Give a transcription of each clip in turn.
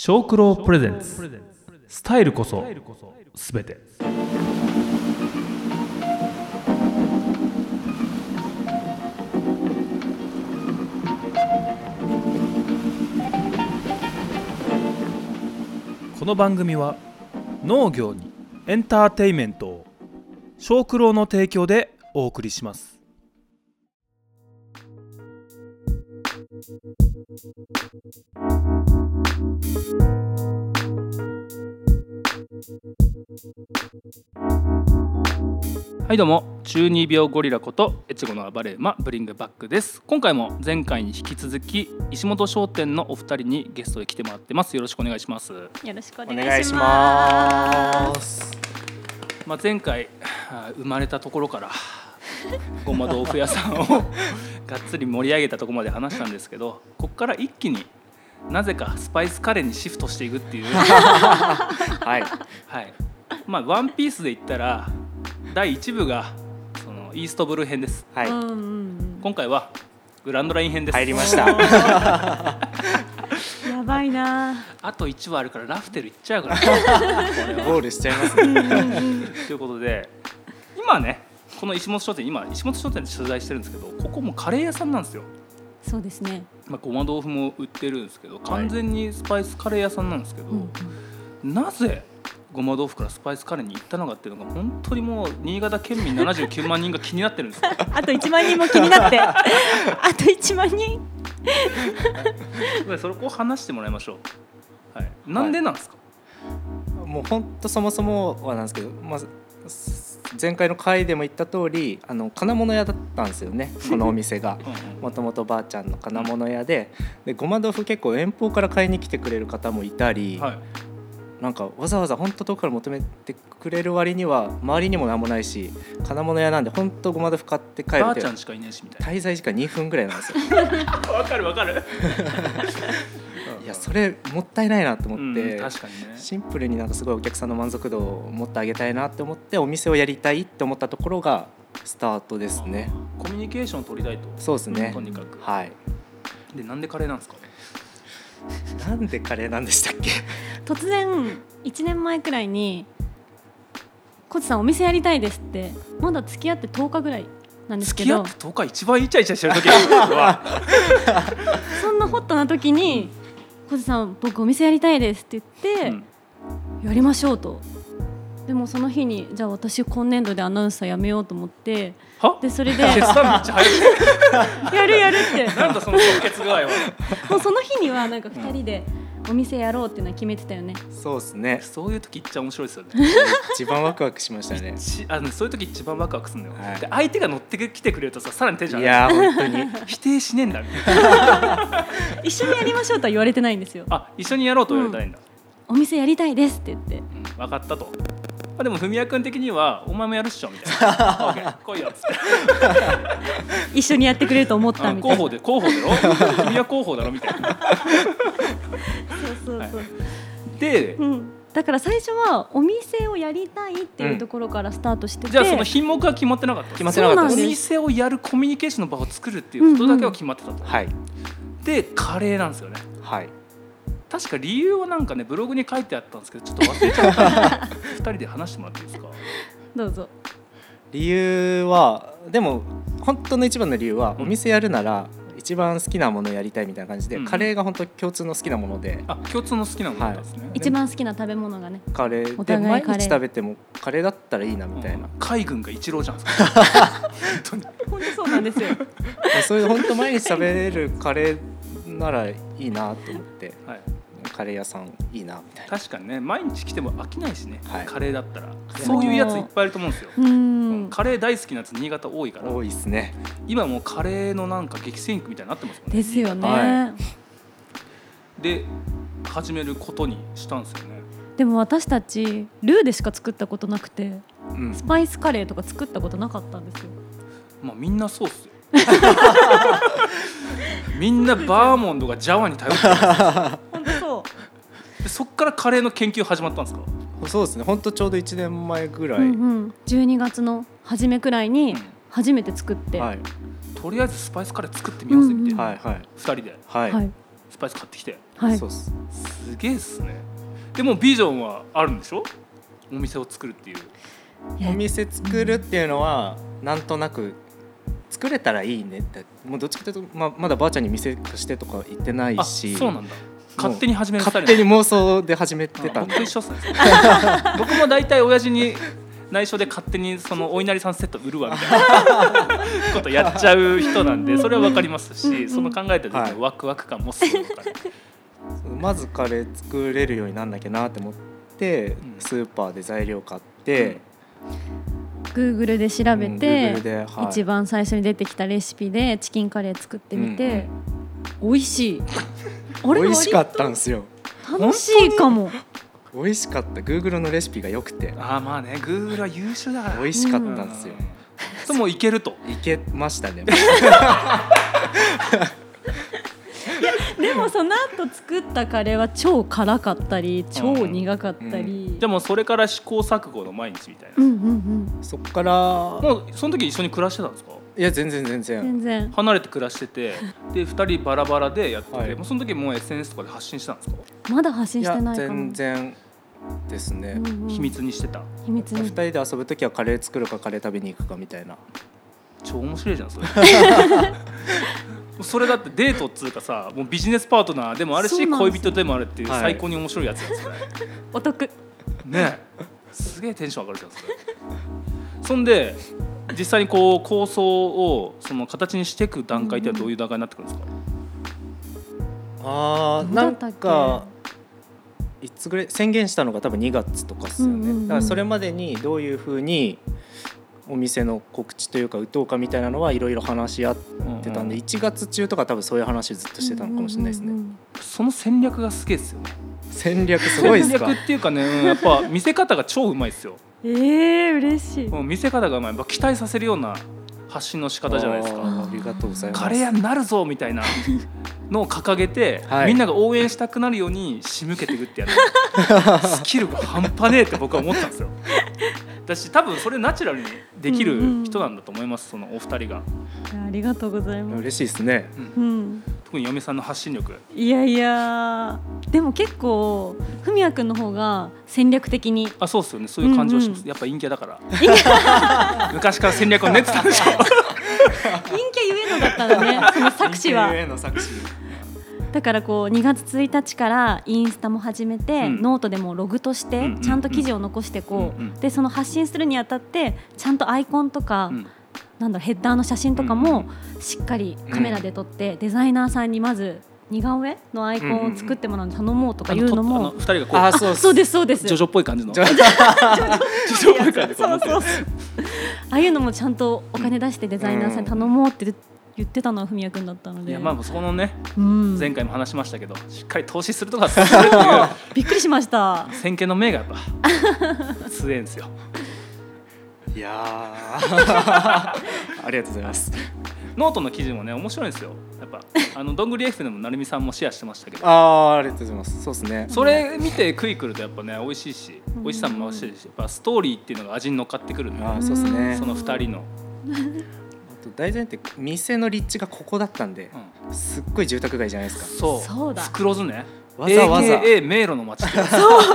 小九郎プレゼンツ、スタイルこそすべて。この番組は農業にエンターテイメントを、小九郎の提供でお送りします。はい、どうも中二病ゴリラこと越後の暴れ馬ブリングバックです。今回も前回に引き続き石本商店のお二人にゲストで来てもらってます。よろしくお願いします。 よろしくお願いします。 前回生まれたところからごま豆腐屋さんをがっつり盛り上げたところまで話したんですけど、ここから一気になぜかスパイスカレーにシフトしていくっていうはい、はい、ワンピースで言ったら第1部がそのイーストブルー編です、はい、今回はグランドライン編です。 入りましたやばいな。 あと1話あるからラフテルいっちゃうからゴールしちゃいますねということで、今ねこの石本商店、今石本商店で取材してるんですけど、ここもカレー屋さんなんですよ。 そうですね。 ごま豆腐も売ってるんですけど、完全にスパイスカレー屋さんなんですけど、なぜごま豆腐からスパイスカレーに行ったのかっていうのが本当にもう新潟県民79万人が気になってるんですよあと1万人も気になってあと1万人それを話してもらいましょう、はい、なんでなんですか？ もう本当そもそもはなんですけど、前回の回でも言った通り金物屋だったんですよねこのお店がもともとばあちゃんの金物屋でごま豆腐結構遠方から買いに来てくれる方もいたり、はい、なんかわざわざ本当遠くから求めてくれる割には周りにも何もないし、金物屋なんで本当ごま豆腐買って帰るってばあちゃんしかいないしみたいな、 滞在時間2分ぐらいなんですよわかるいやそれもったいないなと思って、 確かにね、 シンプルになんかすごいお客さんの満足度を持ってあげたいなって思ってお店をやりたいって思ったところがスタートですね。 コミュニケーションを取りたいと。 そうですね、 とにかく、 はい。 でなんでカレーなんですか？ なんでカレーなんでしたっけ突然1年前くらいにコツさんお店やりたいですって、まだ付き合って10日ぐらいなんですけど、 付き合って10日一番イチャイチャしてる時そんなホットな時にコツさん僕お店やりたいですって言って、やりましょうと。でもその日にじゃあ私今年度でアナウンサーやめようと思って、でそれで決断めっちゃ早いやるってなんだその即決具合はもうその日にはなんか2人でお店やろうっていうのは決めてたよね。 そうですね。 そういう時一番面白いですよね一番ワクワクしましたねそういう時一番ワクワクするんだよ、 はい、 で相手が乗ってきてくれるとさらにテンション上がる。いや本当に否定しねえんだ一緒にやりましょうとは言われてないんですよ。 一緒にやろうと言われたいんだ、 お店やりたいですって言って、 分かったと。でも文也君的にはお前もやるっしょみたいな来いよっつって一緒にやってくれると思ったみたいな、 広報だろ文也広報だろみたいなそう、はい、 で、 だから最初はお店をやりたいっていうところからスタートしてて、 じゃあその品目は決まってなかった？ 決まってなかったです。 お店をやるコミュニケーションの場を作るっていうことだけは決まってたと、 はい。 でカレーなんですよね。はい。確か理由はなんかねブログに書いてあったんですけどちょっと忘れちゃったんで2人で話してもらっていいですか？ どうぞ。 理由はでも本当の一番の理由は、お店やるなら一番好きなものをやりたいみたいな感じで、カレーが本当共通の好きなもので、 共通の好きなものなんですね、 一番好きな食べ物がねカレーで毎日食べてもカレーだったらいいなみたいな、 海軍が一郎じゃん本当にそうなんですよそういう本当毎日食べれるカレーならいいなと思って、はい、カレー屋さんいいなみたいな。 確かにね毎日来ても飽きないしね、 はい、 カレーだったらそういうやついっぱいいると思うんですよ。カレー大好きなやつ新潟多いから。 多いですね。 今もうカレーのなんか激戦区みたいになってますもんね。 ですよね、 はい、で始めることにしたんですよね。 でも私たちルーでしか作ったことなくて、スパイスカレーとか作ったことなかったんですよ。 みんなそうっすよみんなバーモンドがジャワに頼ってる本当そうでそっからカレーの研究始まったんですか？ そうですね。本当ちょうど1年前ぐらい、 12月の初めくらいに初めて作って、 はい、 とりあえずスパイスカレー作ってみますみたいな、2人で、スパイス買ってきて、 はい、 そうっす。 すげえっすね。でもビジョンはあるんでしょ、お店を作るっていう。 お店作るっていうのはなんとなく作れたらいいねって、もうどっちかというと、まだばあちゃんに店貸してとか言ってないし。 あ、そうなんだ。勝手に始めた勝手に妄想で始めてたんで。 僕と一緒っすね僕も大体親父に内緒で勝手にそのお稲荷さんセット売るわみたいなことやっちゃう人なんで、それは分かりますし、その考えた時のワクワク感もすごい分かる。 まずカレー作れるようになんなきゃなって思って、スーパーで材料買って、 Google で調べて、 Google で、はい、 一番最初に出てきたレシピでチキンカレー作ってみて、美味しいあれ美味しかったんですよ。 楽しいかも。 美味しかった。 Google のレシピが良くて。 まあね、Google は優秀だから美味しかったんですよ。 ともいけると。 いけましたねいやでもその後作ったカレーは超辛かったり超苦かったり、 でもそれから試行錯誤の毎日みたいな、 そっからもうその時一緒に暮らしてたんですか？ いや全然離れて暮らしてて、で2人バラバラでやってて、もうその時もう SNS とかで発信してたんですか？ まだ発信してないかも。 全然ですね、 秘密にしてた。 秘密に。 2人で遊ぶ時はカレー作るかカレー食べに行くかみたいな。 超面白いじゃんそれそれだってデートっつうかさ、もうビジネスパートナーでもあるし恋人でもあるっていう最高に面白いやつですよね。 お得ねえ、すげえテンション上がるじゃんそれ。そんで実際にこう構想をその形にしていく段階ってどういう段階になってくるんですか？ なんかいつぐらい宣言したのが多分2月とかですよね。だからそれまでにどういう風にお店の告知というか打とうかみたいなのはいろいろ話し合ってたんで、1月中とか多分そういう話ずっとしてたのかもしれないですね。 その戦略がすげえですよね。 戦略すごいですか？ 戦略っていうかね、やっぱ見せ方が超うまいですよ。 嬉しい。 見せ方がうまい。やっぱ期待させるような発信の仕方じゃないですか。 ありがとうございます。 カレー屋になるぞみたいなのを掲げて、みんなが応援したくなるように仕向けていくってやるスキルが半端ねえって僕は思ったんですよ。私多分それナチュラルにできる人なんだと思います、そのお二人が。 ありがとうございます。 嬉しいですね、 特に嫁さんの発信力。 いやでも結構文也くんの方が戦略的に。 そうですよね、そういう感じはします、やっぱ陰キャだから昔から戦略を練ってたんでしょ陰キャゆえのだったのね、その作詞は。だからこう2月1日からインスタも始めて、ノートでもログとしてちゃんと記事を残してこう、でその発信するにあたってちゃんとアイコンとか、なんだヘッダーの写真とかもしっかりカメラで撮って、デザイナーさんにまず似顔絵のアイコンを作ってもらうの頼もうとかいうのも、 2人がこうそうですそうです、 ジョジョっぽい感じのジョジョっぽい感じで、ああいうのもちゃんとお金出してデザイナーさんに頼もうって言ってたのは文也くんだったので、 いやまあそこのね、前回も話しましたけど、しっかり投資するとかするっていうびっくりしました。 先見の明がやっぱ強いんですよ。 いやありがとうございます。 ノートの記事もね面白いんですよ。やっぱどんぐり F でも成美さんもシェアしてましたけど、 ありがとうございます。そうですね。 それ見て食い来るとやっぱね美味しいし、美味しさも増してるし、やっぱストーリーっていうのが味に乗っかってくるんで、 そうですね。 その2人の大前提、店の立地がここだったんで、すっごい住宅街じゃないですか。 そうだ。 スクローズね。 わざわざ AKA 迷路の街。そう。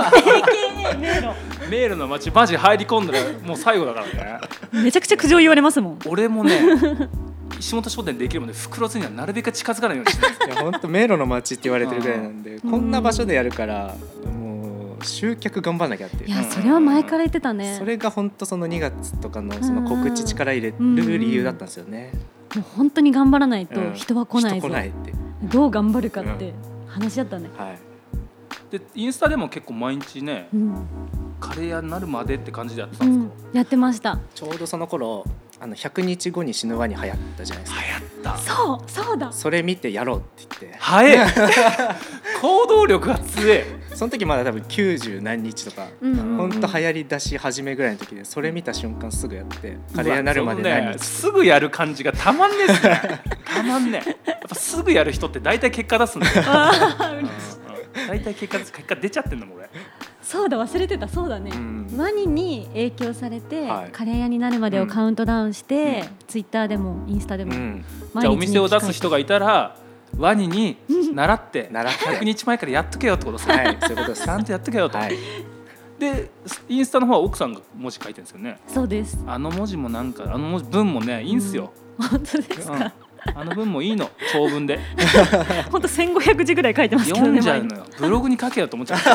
AKA 迷路。 迷路の街マジ入り込んだらもう最後だからね。 めちゃくちゃ苦情言われますもん。 俺もね、石本商店できるもんでスクローズにはなるべく近づかないようにしてる。 いや本当迷路の街って言われてるぐらいなんで、こんな場所でやるからもう集客頑張らなきゃっていう。 いやそれは前から言ってたね。 それが本当その2月とかのその告知力入れる理由だったんですよね。 もう本当に頑張らないと人は来ないぞ、 人来ないって、 どう頑張るかって話だったね。 でインスタでも結構毎日ね、カレー屋になるまでって感じでやってたんですか？ やってました。 ちょうどその頃100日後に死ぬワニ流行ったじゃないですか。 流行った。 そうだ。 それ見てやろうって言って。 早い行動力が強い。 その時まだ多分90何日とか、本当流行り出し始めぐらいの時で、それ見た瞬間すぐやってカレー屋になるまで何日、 すぐやる感じがたまんねえっすね。たまんねえ。やっぱすぐやる人って大体結果出すんだよ。大体結果出ちゃってんのも俺。 そうだ、忘れてた。そうだね、ワニに影響されて、カレー屋になるまでをカウントダウンして、ツイッターでもインスタでも、 じゃあお店を出す人がいたらワニに習って100日前からやっとけよってことですね、 はい、そういうことです。 ちゃんとやっとけよと、 はい、 でインスタの方は奥さんが文字書いてるんですよね。 そうです。 あの文字もなんか文もねいいんすよ、 本当ですか、 あの文もいいの、長文で本当1500字ぐらい書いてますけどね。 読んじゃうのよ、ブログに書けよと思っちゃう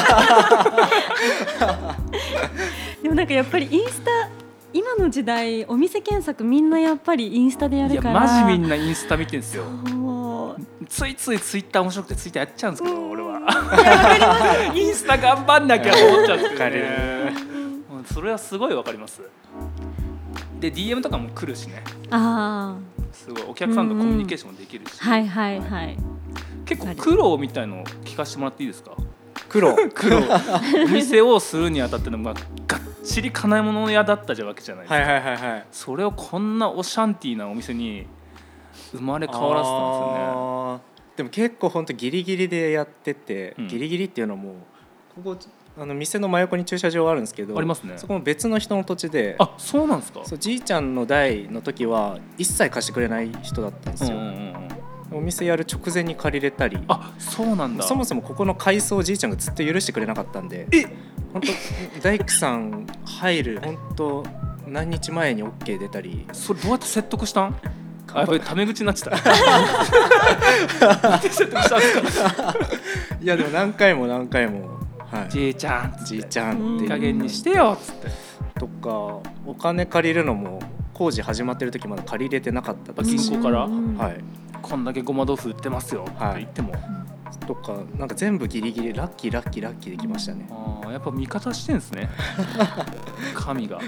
でもなんかやっぱりインスタ今の時代お店検索みんなやっぱりインスタでやるから。 いやマジみんなインスタ見てるんですよ。ついついツイッター面白くてツイッターやっちゃうんですけど、俺はインスタ頑張んなきゃと思っちゃうんですけどねそれはすごいわかります。で DM とかも来るしね、すごいお客さんとコミュニケーションもできるし、 はいはいはい、 結構苦労みたいのを聞かせてもらっていいですか。 苦労お店をするにあたってのがっちり金物屋だったわけじゃないですか、 はいはいはいはい、 それをこんなオシャンティーなお店に生まれ変わらせたんですよね。 でも結構本当ギリギリでやってて、ギリギリっていうのもここ店の真横に駐車場があるんですけど、 ありますね、 そこも別の人の土地で。 あ、そうなんですか。 そう、じいちゃんの代の時は一切貸してくれない人だったんですよ、お店やる直前に借りれたり。 あ、そうなんだ。 そもそもここの改装をじいちゃんがずっと許してくれなかったんで、本当大工さん入る本当何日前に OK 出たり。それどうやって説得したん？やっぱりタメ口になっちゃった説得したんですか？ いやでも何回も、はい、 じいちゃんっていい加減にしてよっつってとか、お金借りるのも工事始まってる時まだ借りれてなかったですし、銀行から、 はい、 こんだけごま豆腐売ってますよって言っても、 とかなんか全部ギリギリラッキーできましたね。 やっぱ味方してんですね神が。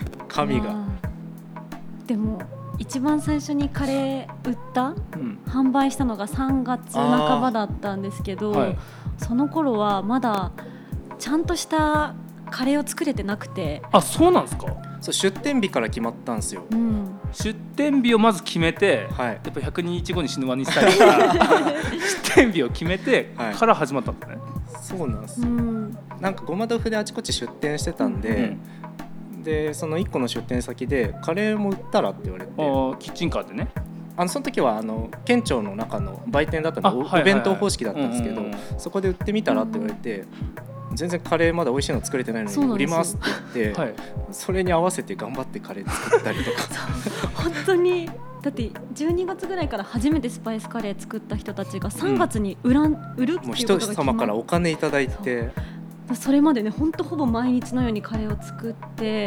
でも一番最初にカレー売った、販売したのが3月半ばだったんですけど、その頃はまだちゃんとしたカレーを作れてなくて。 あ、そうなんですか。 そう、出店日から決まったんですよ、 出店日をまず決めて、やっぱ100日後に死ぬワニスタイルから出店日を決めてから始まったんですね、 そうなんです、なんかごま豆腐であちこち出店してたんで、でその1個の出店先でカレーも売ったらって言われて、 キッチンカーでね、 その時は県庁の中の売店だったのでお弁当方式だったんですけど、そこで売ってみたらって言われて、全然カレーまだ美味しいの作れてないのに売りますって言って、それに合わせて頑張ってカレー作ったりとか本当にだって12月ぐらいから初めてスパイスカレー作った人たちが3月に売るっていうことが決まって、 もう人様からお金いただいて、 それまでね本当ほぼ毎日のようにカレーを作って、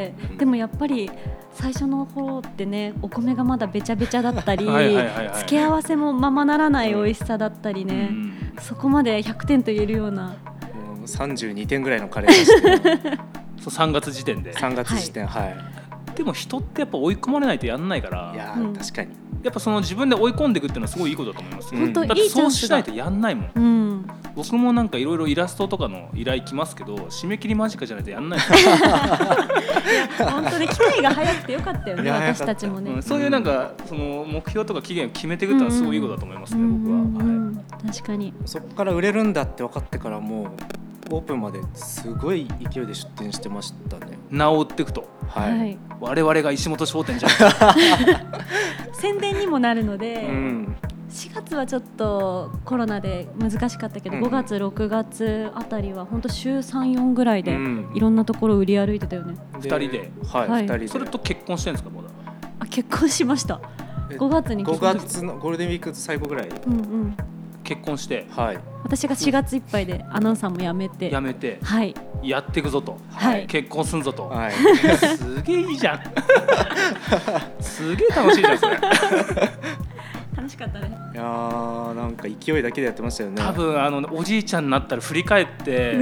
でもやっぱり最初の頃ってねお米がまだべちゃべちゃだったり付け合わせもままならない美味しさだったりね、そこまで100点と言えるような 32点ぐらいのカレーでしたそう3月時点で。 3月時点、はい。 でも人ってやっぱ追い込まれないとやんないから。 いや、確かにやっぱその自分で追い込んでいくっていうのはすごいいいことだと思いますよ、 だってそうしないとやんないもん、僕もなんかいろいろイラストとかの依頼来ますけど、締め切り間近じゃないとやんない本当に機会が早くてよかったよね私たちもね、 そういうなんかその目標とか期限を決めていくってのはすごいいいことだと思いますね、僕は、 確かに。 そこから売れるんだって分かってからもうオープンまですごい勢いで出店してましたね。 名を売っていくと、我々が石本商店じゃん宣伝にもなるので、4月はちょっとコロナで難しかったけど、5月6月あたりは本当週 3,4 ぐらいでいろんなところ売り歩いてたよね、 2人で。 2人で。 それと結婚してるんですか？まだ結婚しました。5月に 5月のゴールデンウィーク最後ぐらい、 結婚して、 私が4月いっぱいでアナウンサーも辞めて、 やっていくぞと、結婚すんぞと、すげえいいじゃんすげえ楽しいじゃんそれ楽しかったね。 いやなんか勢いだけでやってましたよね。 多分おじいちゃんになったら振り返って、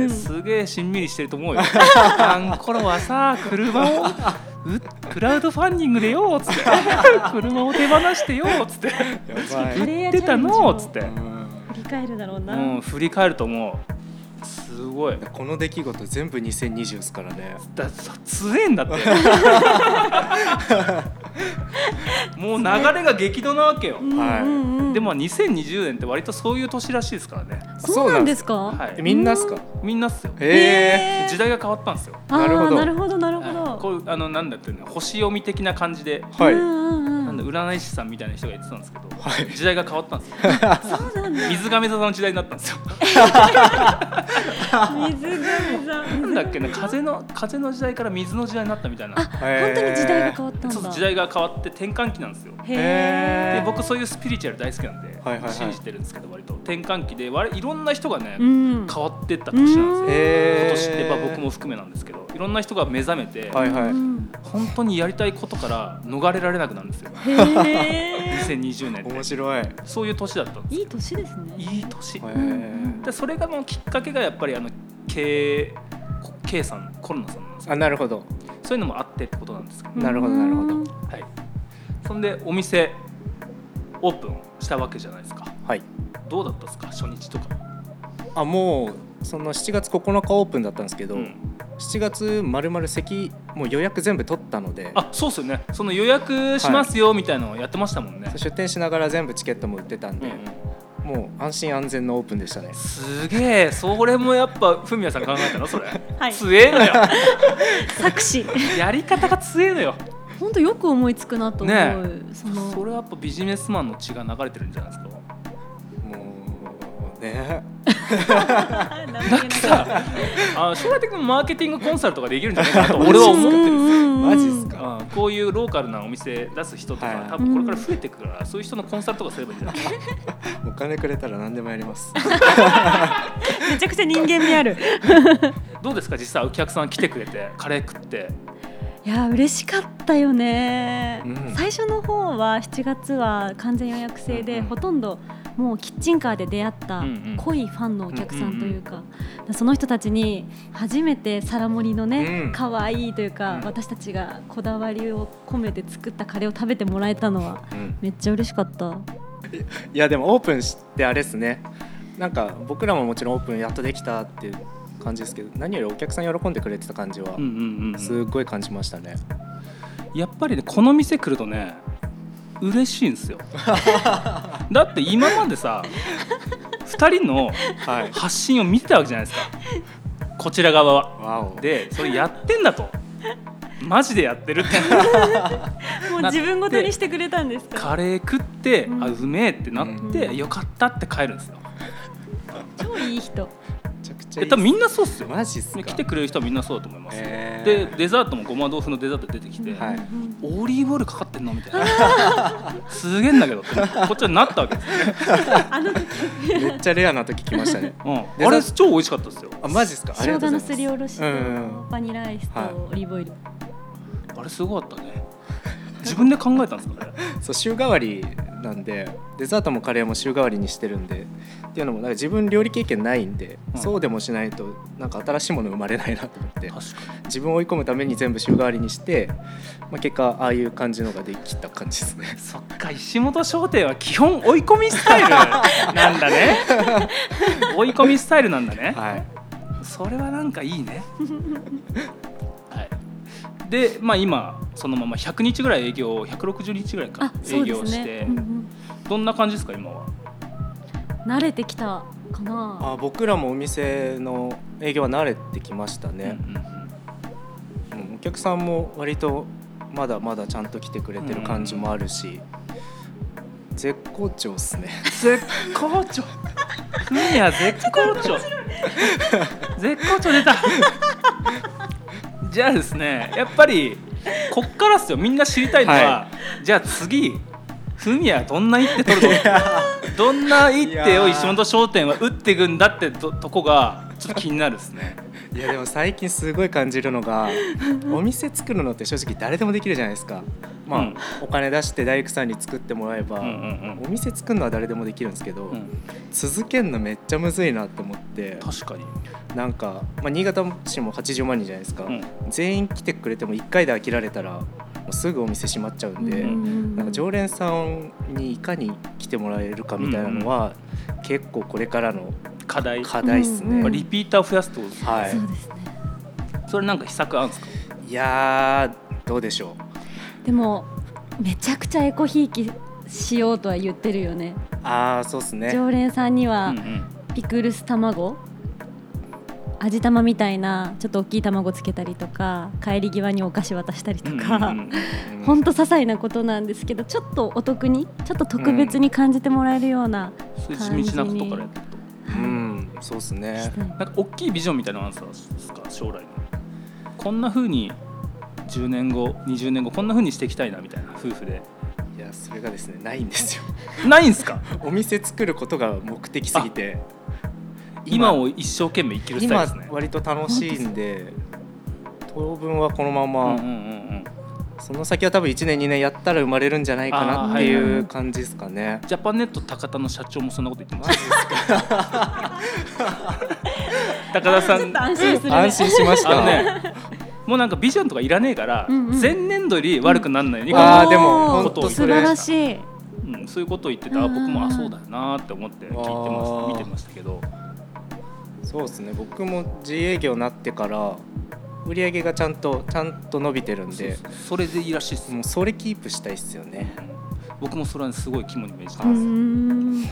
すげえしんみりしてると思うよあん頃はさ車をクラウドファンディングでよっつって車を手放してよっつって売ってたのっつって振り返るだろうな、 振り返ると思う。すごい。 この出来事全部2020ですからね。 強えんだってもう流れが激動なわけよ、でも2020年って割とそういう年らしいですからね。 そうなんですか？ みんなっすか？ みんなっすよ。時代が変わったんですよ。 なるほどなるほど。 こうなんだっていうの星読み的な感じで、 占い師さんみたいな人が言ってたんですけど、 はい、 時代が変わったんですよ。 そうなんだ。 水亀座の時代になったんですよ。 水亀座なんだっけね、風の時代から水の時代になったみたいな。 本当に時代が変わったんだ。 そう、時代が変わって転換期なんですよ。 へで僕そういうスピリチュアル大好きなんで、 はいはいはい、 信じてるんですけど、割と転換期でいろんな人がね、変わってった年なんですよ。今年って僕も含めなんですけど、いろんな人が目覚めて、 はいはい、 本当にやりたいことから逃れられなくなるんですよ。2020年って面白い、 そういう年だったんです。 いい年ですね。 いい年で、それがもうきっかけがやっぱりK さん、コロナさんなんですよ。 なるほど、 そういうのもあってってことなんですけど、 なるほどなるほど、はい、 そんでお店オープンしたわけじゃないですか。 はい、 どうだったですか、初日とか。 もうその7月9日オープンだったんですけど、7月丸々席もう予約全部取ったので。 そうですよね、その予約しますよみたいなのをやってましたもんね。 出店しながら全部チケットも売ってたんで、もう安心安全のオープンでしたね。 すげえ、それもやっぱフミヤさん考えたのそれ、 はい、 強えのよ。 作詞やり方が強えのよ。 本当よく思いつくなと思う、 ね、それはやっぱビジネスマンの血が流れてるんじゃないですか。 ね、 なんかさ、将来的にマーケティングコンサルとかできるんじゃないかなと俺は思ってるんですよ。 マジですか。 こういうローカルなお店出す人とか、多分これから増えていくから、そういう人のコンサルとかすればいいんじゃないですか。 お金くれたら何でもやります。 めちゃくちゃ人間味ある。 どうですか、実際お客さん来てくれてカレー食って。 いや嬉しかったよね、最初の方は7月は完全予約制で、ほとんどもうキッチンカーで出会った濃いファンのお客さんというか、その人たちに初めて皿盛りのね、可愛いというか、私たちがこだわりを込めて作ったカレーを食べてもらえたのはめっちゃ嬉しかった。 いやでもオープンしてあれですね、なんか僕らももちろんオープンやっとできたっていう感じですけど、何よりお客さん喜んでくれてた感じはすごい感じましたね。 やっぱりね、この店来るとね嬉しいんですよ。だって今までさ2人の発信を見てたわけじゃないですか、こちら側は。でそれやってんだと、マジでやってるってもう自分ごとにしてくれたんですか。 カレー食って、うめえってなって、よかったって帰るんですよ。 超いい人。 多分みんなそうっすよ。 マジっすか。 来てくれる人はみんなそうだと思います。でデザートもごま豆腐のデザート出てきて、オリーブオイルかかってんのみたいなすげえんだけどってこっちはなったわけですね。 めっちゃレアな時来ましたね。 あれ超美味しかったですよ。 マジっすか。 生姜のすりおろしとバニラアイスとオリーブオイル、 あれすごかったね。自分で考えたんですかね。 そう、週替わりなんで、デザートもカレーも週替わりにしてるんで、っていうのもなんか自分料理経験ないんで、そうでもしないとなんか新しいもの生まれないなと思って、自分を追い込むために全部週替わりにして、結果ああいう感じのができた感じですね。 そっか、石本商店は基本追い込みスタイルなんだね。追い込みスタイルなんだね。はい。それはなんかいいね。で、今そのまま100日ぐらい営業、160日ぐらいか営業して、どんな感じですか今は。 慣れてきたかな。 僕らもお店の営業は慣れてきましたね。お客さんも割とまだまだちゃんと来てくれてる感じもあるし、絶好調っすね。 絶好調。フミヤ絶好調。絶好調出た。じゃあですね、やっぱりこっからっすよ。みんな知りたいのは、じゃあ次フミヤどんな一手取るのどんな一手を石本商店は打っていくんだってとこがちょっと気になるですね。 いやでも最近すごい感じるのが、お店作るのって正直誰でもできるじゃないですか。お金出して大工さんに作ってもらえば、お店作るのは誰でもできるんですけど、続けるのめっちゃむずいなって思って。 確かになんか、新潟市も80万人じゃないですか、全員来てくれても1回で飽きられたらもうすぐお店閉まっちゃうんで、なんか常連さんにいかに来てもらえるかみたいなのは、結構これからの課題ですね。 リピーターを増やすってことですね。 そうですね。 それなんか秘策あるんですか。 いやどうでしょう。でもめちゃくちゃエコひいきしようとは言ってるよね。 そうですね。 常連さんにはピクルス卵味玉みたいなちょっと大きい卵つけたりとか、帰り際にお菓子渡したりとか、ほんと些細なことなんですけど、ちょっとお得に、ちょっと特別に感じてもらえるような感じに、 そういう地道なことからやってると、 そうですね。 なんか大きいビジョンみたいなのあるんですか、将来の。こんな風に10年後20年後こんな風にしていきたいなみたいな、夫婦で。 いや、それがですね、ないんですよ。 ないんですか？ お店作ることが目的すぎて、 今を一生懸命生きるスタイルですね。 今割と楽しいんで、当分はこのまま、その先は多分1年2年やったら生まれるんじゃないかなっていう感じですかね。 ジャパネット高田の社長もそんなこと言ってました。高田さん、 ちょっと安心するね。 安心しましたもうなんかビジョンとかいらねえから、前年度より悪くならないように、 でも本当素晴らしい、 そういうことを言ってた。僕もそうだよなって思って聞いて見てましたけど。 そうですね、僕も自営業になってから売り上げがちゃんと伸びてるんで、 それでいいらしいです。 もうそれキープしたいっすよね。 僕もそれはすごい肝に銘じてます。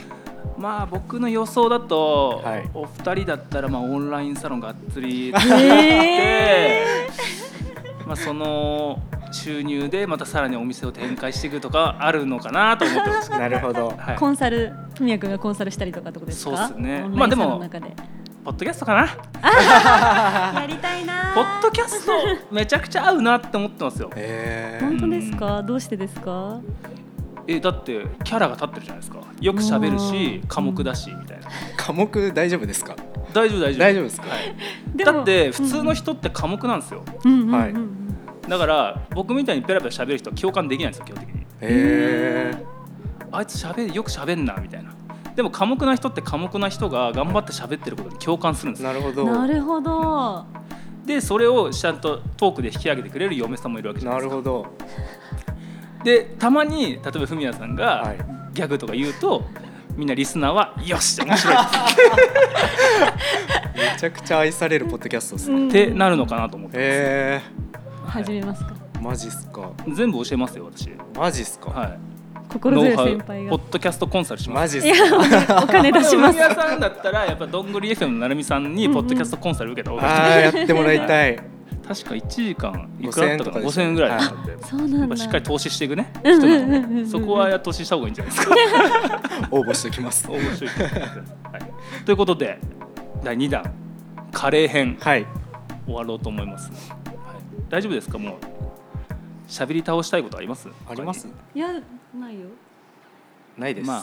まあ僕の予想だと、お二人だったらオンラインサロンがっつりやって、その収入でまたさらにお店を展開していくとかあるのかなと思ってます。 なるほど。 コンサル、文也君がコンサルしたりとかってことですか？ そうですね。 でもポッドキャストかな。 やりたいな。 ポッドキャストめちゃくちゃ合うなって思ってますよ。 本当ですか？どうしてですか？ だってキャラが立ってるじゃないですか。よく喋るし寡黙だしみたいな。 寡黙大丈夫ですか？ 大丈夫ですか？だって普通の人って寡黙なんですよ。だから僕みたいにペラペラ喋る人は共感できないんですよ、基本的に。あいつよく喋んなみたいな。でも寡黙な人って寡黙な人が頑張って喋ってることに共感するんですよ。 なるほど。 なるほど。 でそれをちゃんとトークで引き上げてくれる嫁さんもいるわけじゃないですか。 なるほど。 でたまに例えば文也さんがギャグとか言うと、みんなリスナーはよし面白いめちゃくちゃ愛されるポッドキャストですね。 ってなるのかなと思ってます。始めますか？ マジっすか？ 全部教えますよ私。 マジっすか？ はい。 心強い先輩がポッドキャストコンサルします。 マジっすか？ お金出します。 文也さんだったらやっぱどんぐり FM のなるみさんにポッドキャストコンサル受けた方がやってもらいたい。 確か1時間いくらだったかな、5000円ぐらいだったんで、 そうなんだ。 しっかり投資していくね人なので、そこは投資した方がいいんじゃないですか。 応募しておきます。 応募しておきます。ということで第2弾カレー編、終わろうと思います。大丈夫ですか？もう喋り倒したいことあります？ あります？ いや、ないよ。 ないです。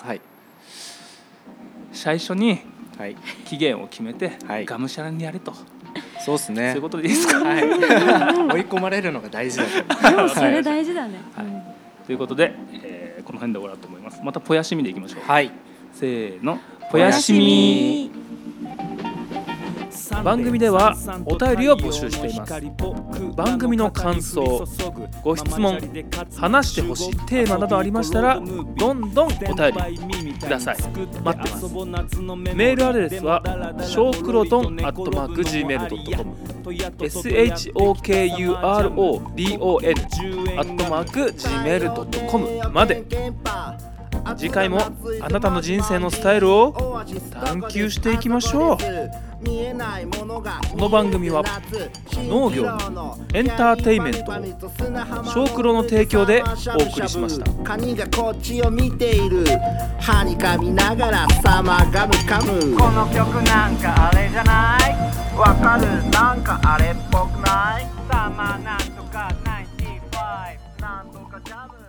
最初に期限を決めてがむしゃらにやれと。 そうですね。 そういうことでいいですか？ 追い込まれるのが大事だと。でもそれ大事だね。 ということで、この辺で終わろうと思います。またぽやしみでいきましょう。せーの、ぽやしみ。番組ではお便りを募集しています。番組の感想、ご質問、話してほしいテーマなどありましたらどんどんお便りください。待ってます。メールアドレスはshokrodon@gmail.com shokrodon@gmail.com まで。次回もあなたの人生のスタイルを探求していきましょう。この番組は農業、エンターテインメント、小黒の提供でお送りしました。カニがこっちを見ている。歯に噛みながらサマーガムカム。この曲なんかあれじゃない？わかる？なんかあれっぽくない？サマーなんとか95なんとかジャム。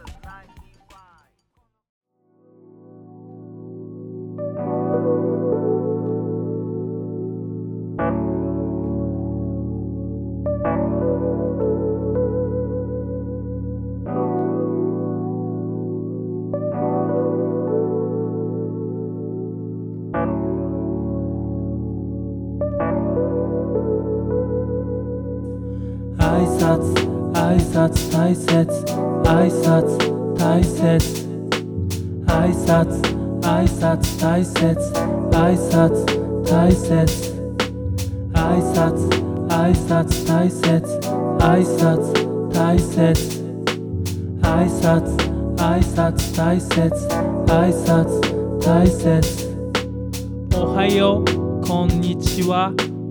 挨拶大切、挨拶大切、挨拶大切、挨拶大切、挨拶大切、挨拶大切、挨拶大切、挨拶大切。おはよう、こんにちは、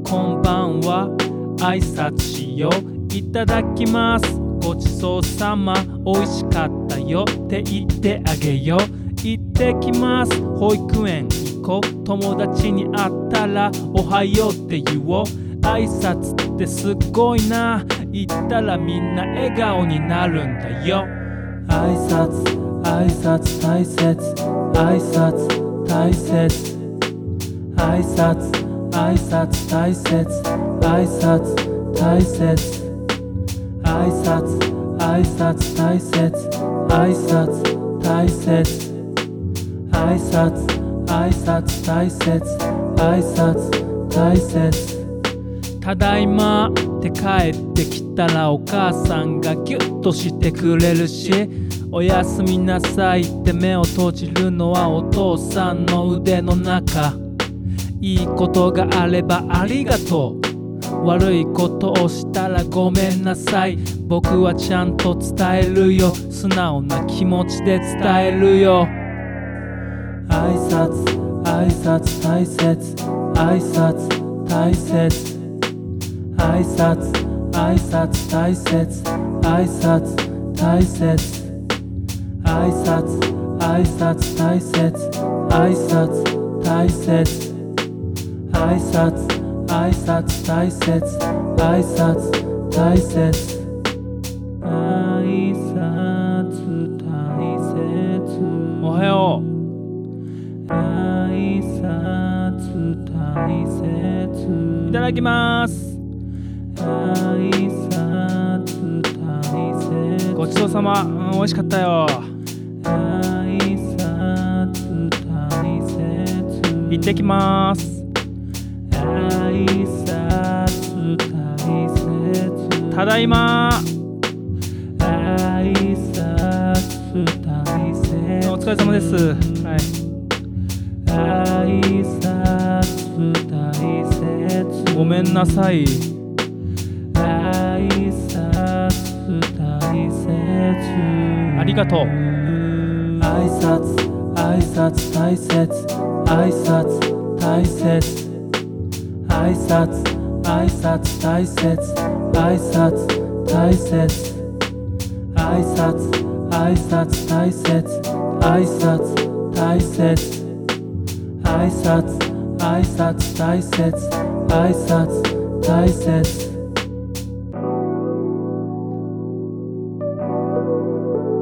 こんばんは挨拶しよう。いただきます。ごちそうさま。美味しかったよって言ってあげよう。行ってきます。保育園行こう。友達に会ったらおはようって言おう。挨拶ってすっごいな。言ったらみんな笑顔になるんだよ。挨拶挨拶大切。挨拶大切。挨拶挨拶大切。挨拶大切。挨拶挨拶大切。挨拶大切。挨拶挨拶大切。挨拶大切。ただいまって帰ってきたらお母さんがギュッとしてくれるし、おやすみなさいって目を閉じるのはお父さんの腕の中。いいことがあればありがとう。悪いことをしたらごめんなさい。僕はちゃんと伝えるよ。素直な気持ちで伝えるよ。挨拶挨拶大切。挨拶大切。挨拶挨拶大切。挨拶大切。挨拶挨拶大切。挨拶大切。挨拶挨拶大切。挨拶大切。挨拶大切。おはよう。挨拶大切。いただきます。挨拶大切。ごちそうさま。美味しかったよ。挨拶大切。行ってきます。挨拶大切。ただいま。挨拶大切。お疲れ様です。はい。挨拶大切。ごめんなさい。挨拶大切。ありがとう。挨拶挨拶大切。挨拶大切。挨拶挨拶大切。挨拶大切。挨拶挨拶大切。挨拶大切。挨拶挨拶大切。挨拶大切。